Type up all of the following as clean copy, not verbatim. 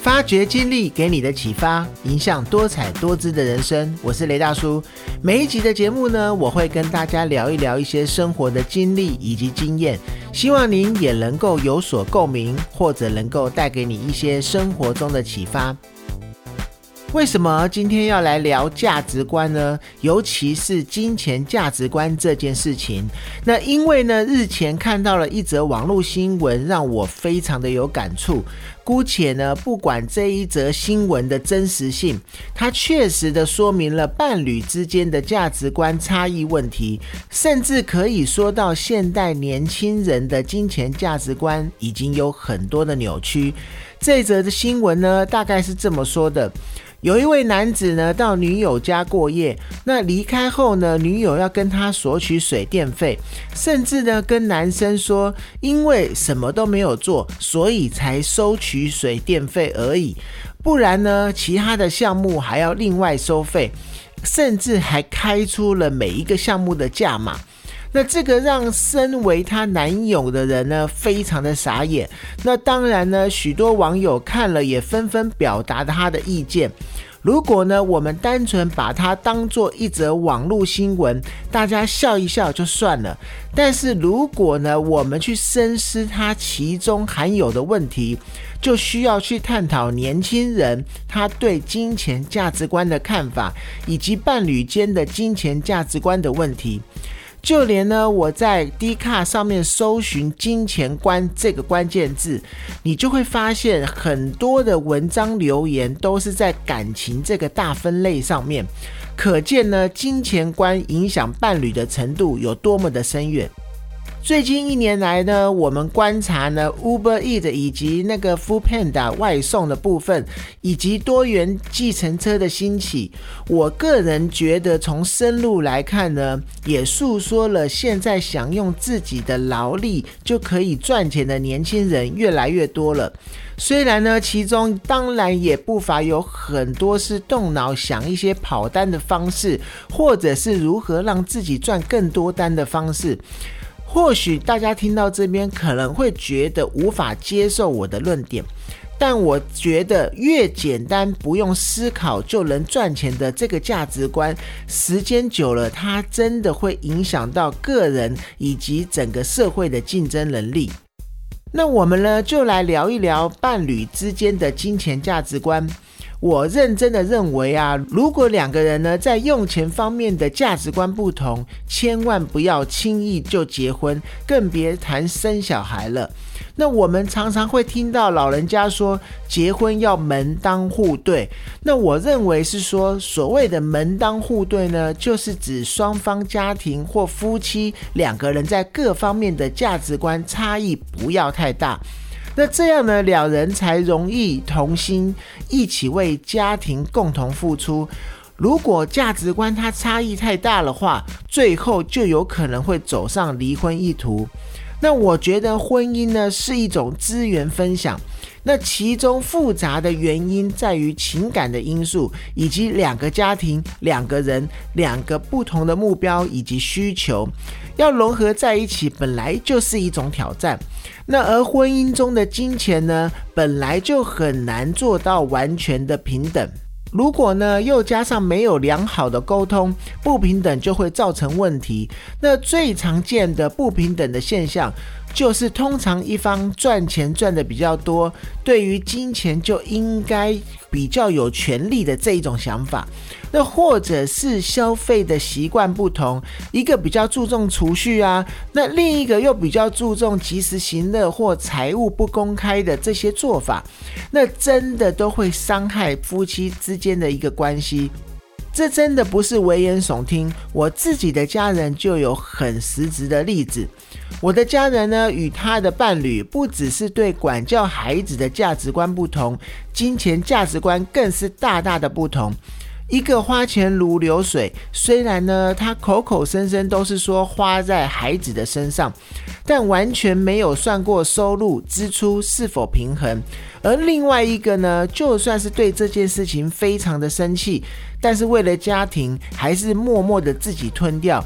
发掘经历给你的启发，影响多彩多姿的人生。我是雷大叔。每一集的节目呢，我会跟大家聊一聊一些生活的经历以及经验，希望您也能够有所共鸣，或者能够带给你一些生活中的启发。为什么今天要来聊价值观呢？尤其是金钱价值观这件事情。那因为呢，日前看到了一则网络新闻，让我非常的有感触。姑且呢，不管这一则新闻的真实性，它确实的说明了伴侣之间的价值观差异问题，甚至可以说到现代年轻人的金钱价值观已经有很多的扭曲。这则的新闻呢，大概是这么说的。有一位男子呢，到女友家过夜，那离开后呢，女友要跟他索取水电费，甚至呢跟男生说，因为什么都没有做，所以才收取水电费而已，不然呢其他的项目还要另外收费，甚至还开出了每一个项目的价码。那这个让身为她男友的人呢非常的傻眼。那当然呢，许多网友看了也纷纷表达他的意见。如果呢我们单纯把它当作一则网络新闻，大家笑一笑就算了，但是如果呢我们去深思它其中含有的问题，就需要去探讨年轻人他对金钱价值观的看法，以及伴侣间的金钱价值观的问题。就连呢，我在 Dcard 上面搜寻金钱观这个关键字，你就会发现很多的文章留言都是在感情这个大分类上面，可见呢，金钱观影响伴侣的程度有多么的深远。最近1年来呢，我们观察呢 Uber Eats 以及那个 Foodpanda 外送的部分，以及多元计程车的兴起，我个人觉得从深入来看呢，也诉说了现在想用自己的劳力就可以赚钱的年轻人越来越多了。虽然呢，其中当然也不乏有很多是动脑想一些跑单的方式，或者是如何让自己赚更多单的方式。或许大家听到这边可能会觉得无法接受我的论点，但我觉得越简单不用思考就能赚钱的这个价值观，时间久了它真的会影响到个人以及整个社会的竞争能力。那我们呢就来聊一聊伴侣之间的金钱价值观。我认真的认为啊，如果2个人呢在用钱方面的价值观不同，千万不要轻易就结婚，更别谈生小孩了。那我们常常会听到老人家说结婚要门当户对，那我认为是说所谓的门当户对呢，就是指双方家庭或夫妻2个人在各方面的价值观差异不要太大。那这样呢，2人才容易同心，一起为家庭共同付出。如果价值观它差异太大的话，最后就有可能会走上离婚一途。那我觉得婚姻呢是一种资源分享，那其中复杂的原因在于情感的因素，以及2个家庭、2个人、2个不同的目标以及需求，要融合在一起本来就是一种挑战。那而婚姻中的金钱呢，本来就很难做到完全的平等。如果呢又加上没有良好的沟通，不平等就会造成问题。那最常见的不平等的现象，就是通常一方赚钱赚的比较多，对于金钱就应该比较有权利的这一种想法。那或者是消费的习惯不同，一个比较注重储蓄啊，那另一个又比较注重及时行乐或财务不公开的这些做法，那真的都会伤害夫妻之间的一个关系。这真的不是危言耸听，我自己的家人就有很实质的例子。我的家人呢，与他的伴侣不只是对管教孩子的价值观不同，金钱价值观更是大大的不同。一个花钱如流水，虽然呢他口口声声都是说花在孩子的身上，但完全没有算过收入支出是否平衡。而另外一个呢，就算是对这件事情非常的生气，但是为了家庭还是默默的自己吞掉。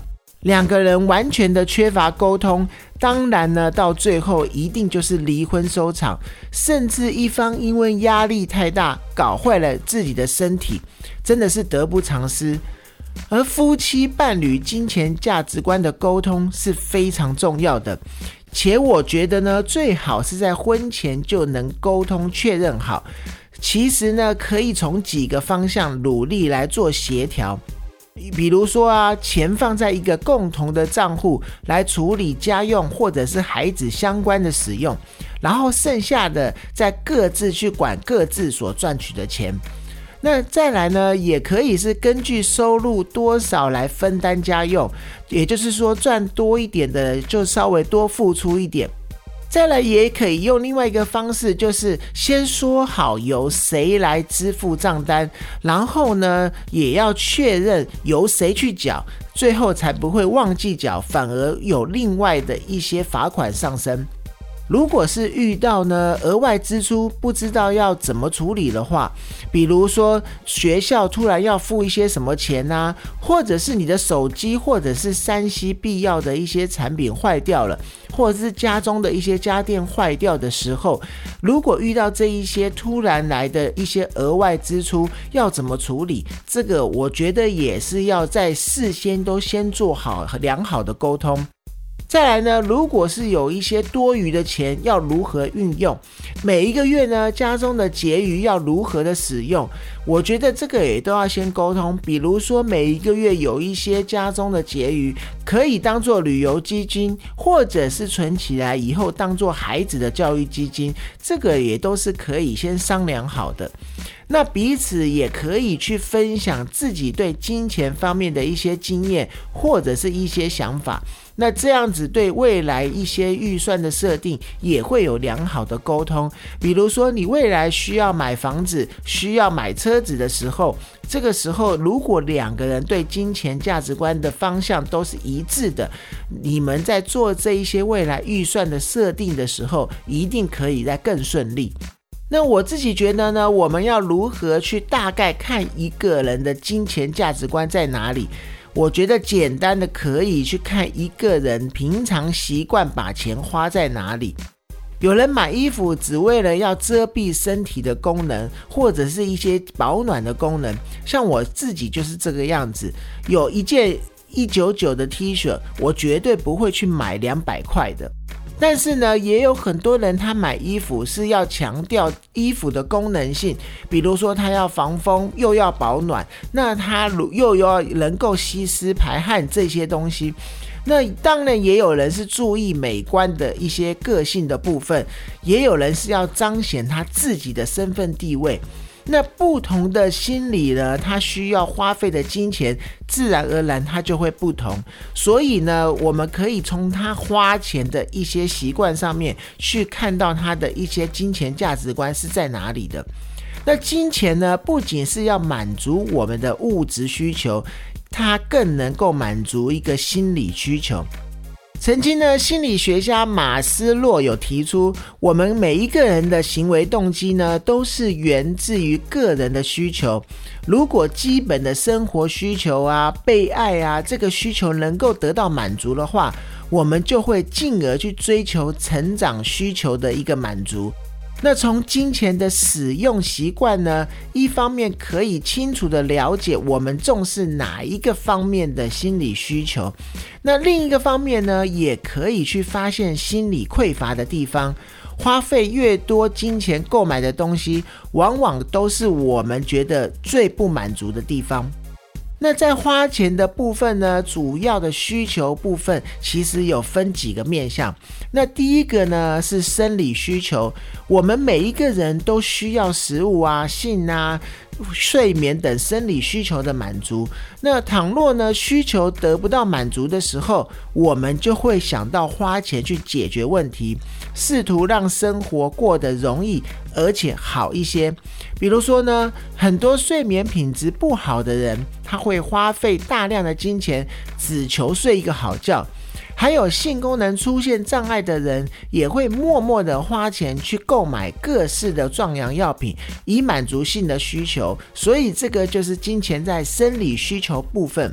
两个人完全的缺乏沟通，当然呢，到最后一定就是离婚收场，甚至一方因为压力太大，搞坏了自己的身体，真的是得不偿失。而夫妻伴侣金钱价值观的沟通是非常重要的，且我觉得呢，最好是在婚前就能沟通确认好。其实呢，可以从几个方向努力来做协调。比如说啊，钱放在一个共同的账户来处理家用或者是孩子相关的使用，然后剩下的再各自去管各自所赚取的钱。那再来呢，也可以是根据收入多少来分担家用，也就是说赚多一点的就稍微多付出一点。再来也可以用另外一个方式，就是先说好由谁来支付账单，然后呢也要确认由谁去缴，最后才不会忘记缴，反而有另外的一些罚款上升。如果是遇到呢额外支出不知道要怎么处理的话，比如说学校突然要付一些什么钱啊，或者是你的手机或者是3C 必要的一些产品坏掉了，或者是家中的一些家电坏掉的时候，如果遇到这一些突然来的一些额外支出要怎么处理，这个我觉得也是要在事先都先做好良好的沟通。再来呢，如果是有一些多余的钱要如何运用，每一个月呢家中的结余要如何的使用，我觉得这个也都要先沟通。比如说每一个月有一些家中的结余可以当做旅游基金，或者是存起来以后当做孩子的教育基金，这个也都是可以先商量好的。那彼此也可以去分享自己对金钱方面的一些经验或者是一些想法，那这样子对未来一些预算的设定也会有良好的沟通。比如说你未来需要买房子需要买车子的时候，这个时候如果两个人对金钱价值观的方向都是一致的，你们在做这一些未来预算的设定的时候一定可以再更顺利。那我自己觉得呢，我们要如何去大概看一个人的金钱价值观在哪里，我觉得简单的可以去看一个人平常习惯把钱花在哪里。有人买衣服只为了要遮蔽身体的功能，或者是一些保暖的功能，像我自己就是这个样子。有一件199的 T 恤，我绝对不会去买200块的。但是呢，也有很多人他买衣服是要强调衣服的功能性，比如说他要防风又要保暖，那他又要能够吸湿排汗这些东西。那当然也有人是注意美观的一些个性的部分，也有人是要彰显他自己的身份地位。那不同的心理呢，他需要花费的金钱自然而然他就会不同，所以呢，我们可以从他花钱的一些习惯上面去看到他的一些金钱价值观是在哪里的。那金钱呢，不仅是要满足我们的物质需求，它更能够满足一个心理需求。曾经呢，心理学家马斯洛有提出，我们每一个人的行为动机呢，都是源自于个人的需求。如果基本的生活需求啊、被爱啊，这个需求能够得到满足的话，我们就会进而去追求成长需求的一个满足。那从金钱的使用习惯呢，一方面可以清楚的了解我们重视哪一个方面的心理需求，那另一个方面呢，也可以去发现心理匮乏的地方。花费越多金钱购买的东西，往往都是我们觉得最不满足的地方。那在花钱的部分呢，主要的需求部分其实有分几个面向。那第一个呢是生理需求，我们每一个人都需要食物啊、性啊、睡眠等生理需求的满足。那倘若呢需求得不到满足的时候，我们就会想到花钱去解决问题，试图让生活过得容易而且好一些。比如说呢，很多睡眠品质不好的人，他会花费大量的金钱只求睡一个好觉。还有性功能出现障碍的人，也会默默的花钱去购买各式的壮阳药品，以满足性的需求。所以这个就是金钱在生理需求部分。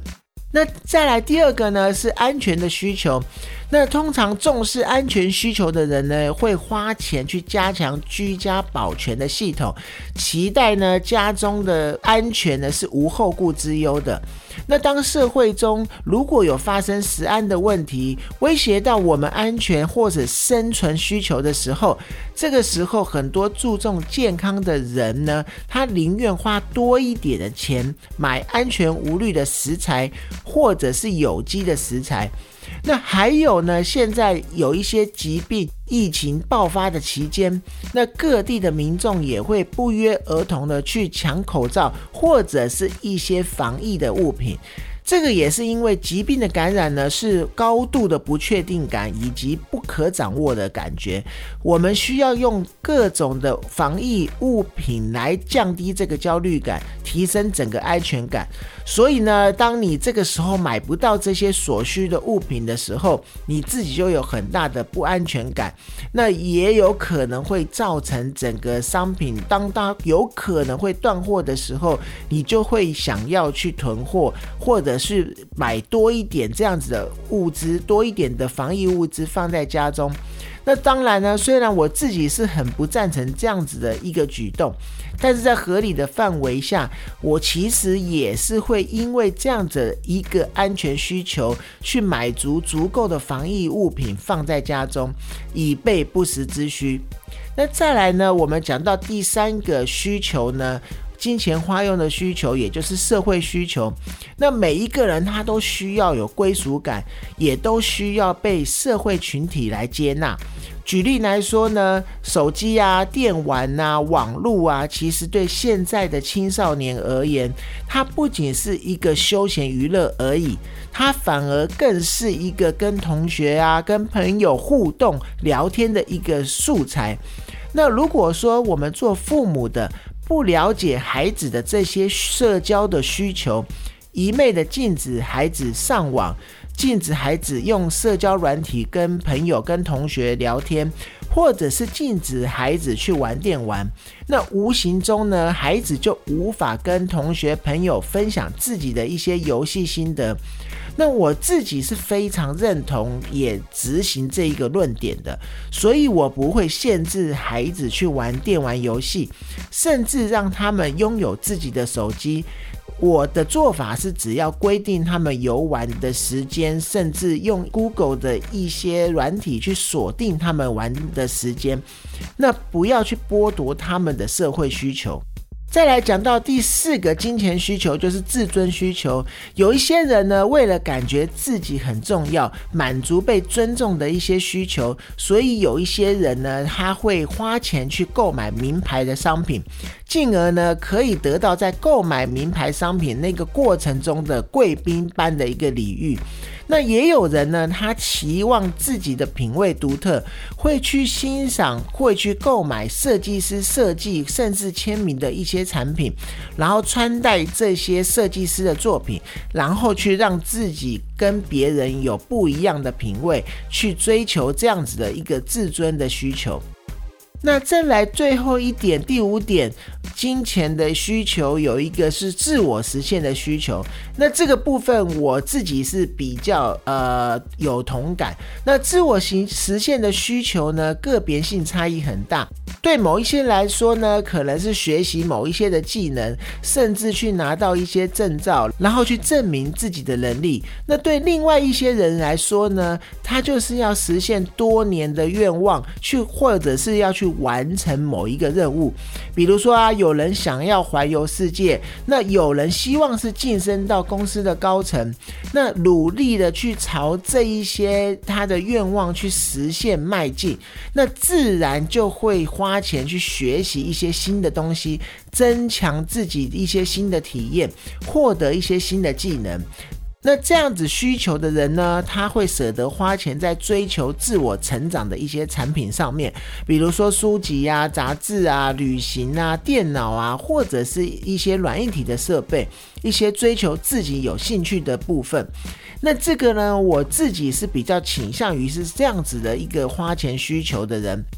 那再来第二个呢是安全的需求。那通常重视安全需求的人呢，会花钱去加强居家保全的系统，期待呢家中的安全呢是无后顾之忧的。那当社会中如果有发生食安的问题，威胁到我们安全或者生存需求的时候，这个时候很多注重健康的人呢，他宁愿花多一点的钱买安全无虑的食材，或者是有机的食材。那还有呢，现在有一些疾病疫情爆发的期间，那各地的民众也会不约而同的去抢口罩或者是一些防疫的物品。这个也是因为疾病的感染呢，是高度的不确定感以及不可掌握的感觉，我们需要用各种的防疫物品来降低这个焦虑感，提升整个安全感。所以呢，当你这个时候买不到这些所需的物品的时候，你自己就有很大的不安全感，那也有可能会造成整个商品当它有可能会断货的时候，你就会想要去囤货，或者是买多一点这样子的物资，多一点的防疫物资放在家中。那当然呢，虽然我自己是很不赞成这样子的一个举动，但是在合理的范围下，我其实也是会因为这样子一个安全需求去买足够的防疫物品放在家中，以备不时之需。那再来呢，我们讲到第三个需求呢，金钱花用的需求，也就是社会需求。那每一个人他都需要有归属感，也都需要被社会群体来接纳。举例来说呢，手机啊、电玩啊、网络啊，其实对现在的青少年而言，它不仅是一个休闲娱乐而已，它反而更是一个跟同学啊、跟朋友互动聊天的一个素材。那如果说我们做父母的不了解孩子的这些社交的需求，一昧的禁止孩子上网，禁止孩子用社交软体跟朋友跟同学聊天，或者是禁止孩子去玩电玩，那无形中呢，孩子就无法跟同学朋友分享自己的一些游戏心得。那我自己是非常认同也执行这一个论点的，所以我不会限制孩子去玩电玩游戏，甚至让他们拥有自己的手机。我的做法是只要规定他们游玩的时间，甚至用 Google 的一些软体去锁定他们玩的时间，那不要去剥夺他们的社会需求。再来讲到第四个金钱需求，就是自尊需求。有一些人呢，为了感觉自己很重要，满足被尊重的一些需求，所以有一些人呢，他会花钱去购买名牌的商品，进而呢，可以得到在购买名牌商品那个过程中的贵宾般的一个礼遇。那也有人呢，他期望自己的品味独特，会去欣赏，会去购买设计师设计甚至签名的一些产品，然后穿戴这些设计师的作品，然后去让自己跟别人有不一样的品味，去追求这样子的一个自尊的需求。那再来最后一点，第五点，金钱的需求有一个是自我实现的需求。那这个部分我自己是比较有同感。那自我实现的需求呢，个别性差异很大。对某一些人来说呢，可能是学习某一些的技能，甚至去拿到一些证照，然后去证明自己的能力。那对另外一些人来说呢，他就是要实现多年的愿望，或者是要去完成某一个任务。比如说啊，有人想要环游世界，那有人希望是晋升到公司的高层，那努力的去朝这一些他的愿望去实现迈进，那自然就会花钱去学习一些新的东西，增强自己一些新的体验，获得一些新的技能。那这样子需求的人呢，他会舍得花钱在追求自我成长的一些产品上面，比如说书籍啊、杂志啊、旅行啊、电脑啊，或者是一些软硬体的设备，一些追求自己有兴趣的部分。那这个呢，我自己是比较倾向于是这样子的一个花钱需求的人。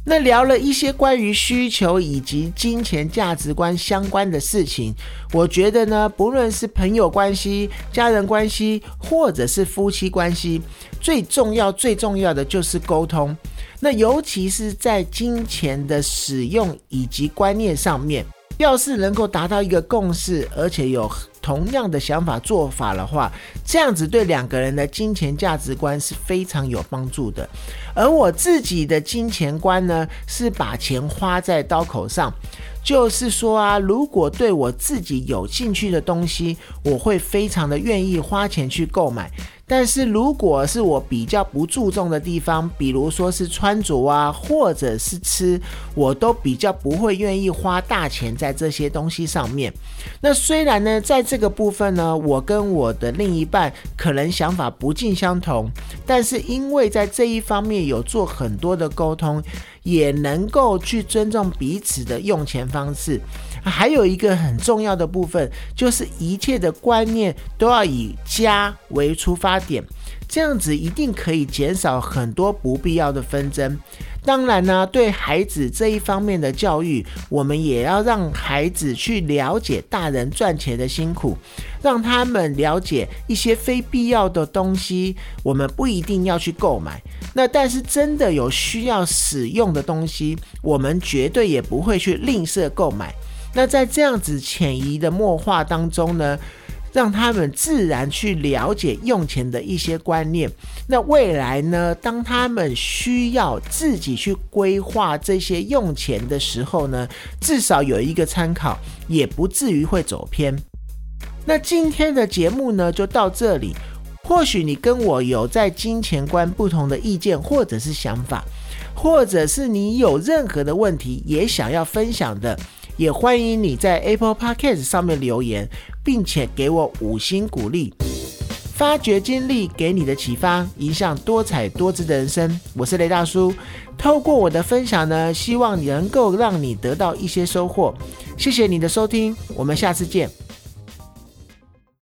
那聊了一些关于需求以及金钱价值观相关的事情，我觉得呢，不论是朋友关系、家人关系，或者是夫妻关系，最重要的就是沟通。那尤其是在金钱的使用以及观念上面，要是能够达到一个共识，而且有同样的想法做法的话，这样子对两个人的金钱价值观是非常有帮助的。而我自己的金钱观呢，是把钱花在刀口上，就是说啊，如果对我自己有兴趣的东西，我会非常的愿意花钱去购买。但是如果是我比较不注重的地方，比如说是穿着啊，或者是吃，我都比较不会愿意花大钱在这些东西上面。那虽然呢，在这个部分呢，我跟我的另一半可能想法不尽相同，但是因为在这一方面有做很多的沟通，也能够去尊重彼此的用钱方式。还有一个很重要的部分，就是一切的观念都要以家为出发点，这样子一定可以减少很多不必要的纷争。当然呢，对孩子这一方面的教育，我们也要让孩子去了解大人赚钱的辛苦，让他们了解一些非必要的东西我们不一定要去购买，那但是真的有需要使用的东西，我们绝对也不会去吝啬购买。那在这样子潜移的默化当中呢，让他们自然去了解用钱的一些观念。那未来呢，当他们需要自己去规划这些用钱的时候呢，至少有一个参考，也不至于会走偏。那今天的节目呢，就到这里。或许你跟我有在金钱观不同的意见或者是想法，或者是你有任何的问题也想要分享的，也欢迎你在 Apple Podcast 上面留言，并且给我5星鼓励。发掘经历给你的启发，影响多彩多姿的人生。我是雷大叔，透过我的分享呢，希望能够让你得到一些收获。谢谢你的收听，我们下次见。